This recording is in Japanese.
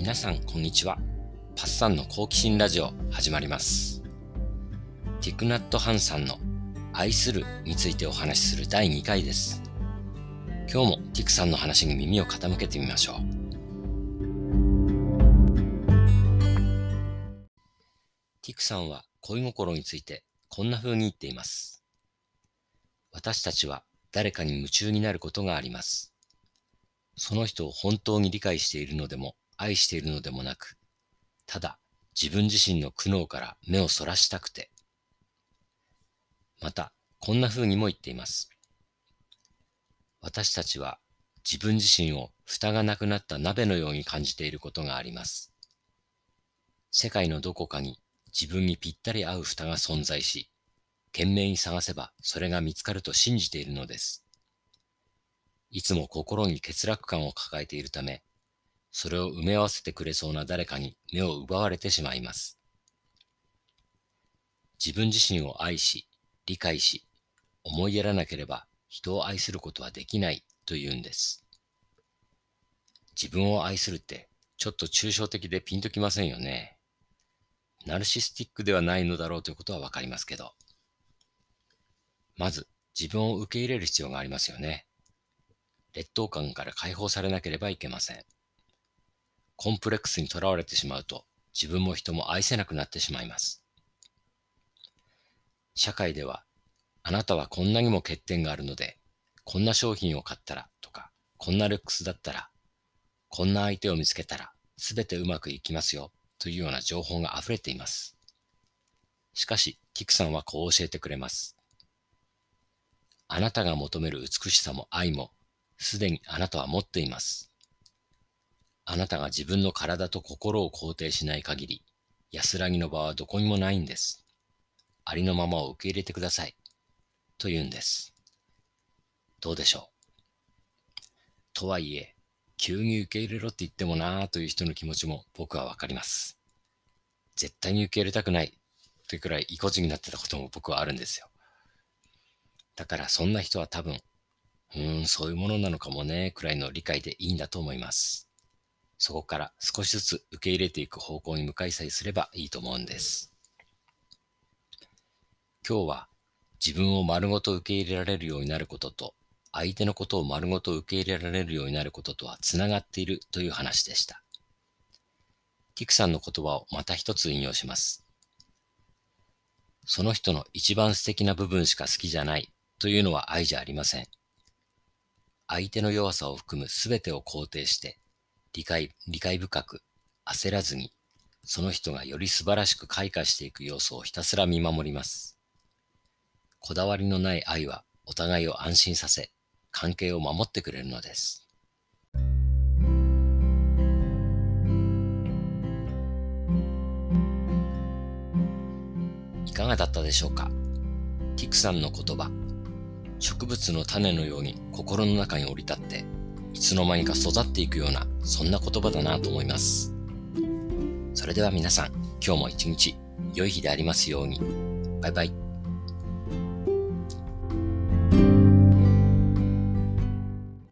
皆さんこんにちは。パッサンの好奇心ラジオ始まります。ティクナット・ハンさんの愛するについてお話しする第2回です。今日もティクさんの話に耳を傾けてみましょう。ティクさんは恋心についてこんな風に言っています。私たちは誰かに夢中になることがあります。その人を本当に理解しているのでも愛しているのでもなく、ただ自分自身の苦悩から目をそらしたくて。またこんな風にも言っています。私たちは自分自身を蓋がなくなった鍋のように感じていることがあります。世界のどこかに自分にぴったり合う蓋が存在し、懸命に探せばそれが見つかると信じているのです。いつも心に欠落感を抱えているため、それを埋め合わせてくれそうな誰かに目を奪われてしまいます。自分自身を愛し、理解し、思いやらなければ人を愛することはできないというんです。自分を愛するってちょっと抽象的でピンときませんよね。ナルシスティックではないのだろうということはわかりますけど。まず自分を受け入れる必要がありますよね。劣等感から解放されなければいけません。コンプレックスにとらわれてしまうと自分も人も愛せなくなってしまいます。社会ではあなたはこんなにも欠点があるので、こんな商品を買ったらとか、こんなルックスだったら、こんな相手を見つけたらすべてうまくいきますよというような情報が溢れています。しかし、ティクさんはこう教えてくれます。あなたが求める美しさも愛も、すでにあなたは持っています。あなたが自分の体と心を肯定しない限り、安らぎの場はどこにもないんです。ありのままを受け入れてください。と言うんです。どうでしょう。とはいえ、急に受け入れろって言ってもなぁという人の気持ちも僕はわかります。絶対に受け入れたくないというくらい意固地になってたことも僕はあるんですよ。だからそんな人は多分、そういうものなのかもねくらいの理解でいいんだと思います。そこから少しずつ受け入れていく方向に向かいさえすればいいと思うんです。今日は自分を丸ごと受け入れられるようになることと、相手のことを丸ごと受け入れられるようになることとはつながっているという話でした。ティクさんの言葉をまた一つ引用します。その人の一番素敵な部分しか好きじゃないというのは愛じゃありません。相手の弱さを含むすべてを肯定して、理解深く焦らずに、その人がより素晴らしく開花していく様子をひたすら見守ります。こだわりのない愛はお互いを安心させ、関係を守ってくれるのです。いかがだったでしょうか。ティクさんの言葉、植物の種のように心の中に降り立って、いつの間にか育っていくような、そんな言葉だなと思います。それでは皆さん、今日も一日良い日でありますように。バイバイ。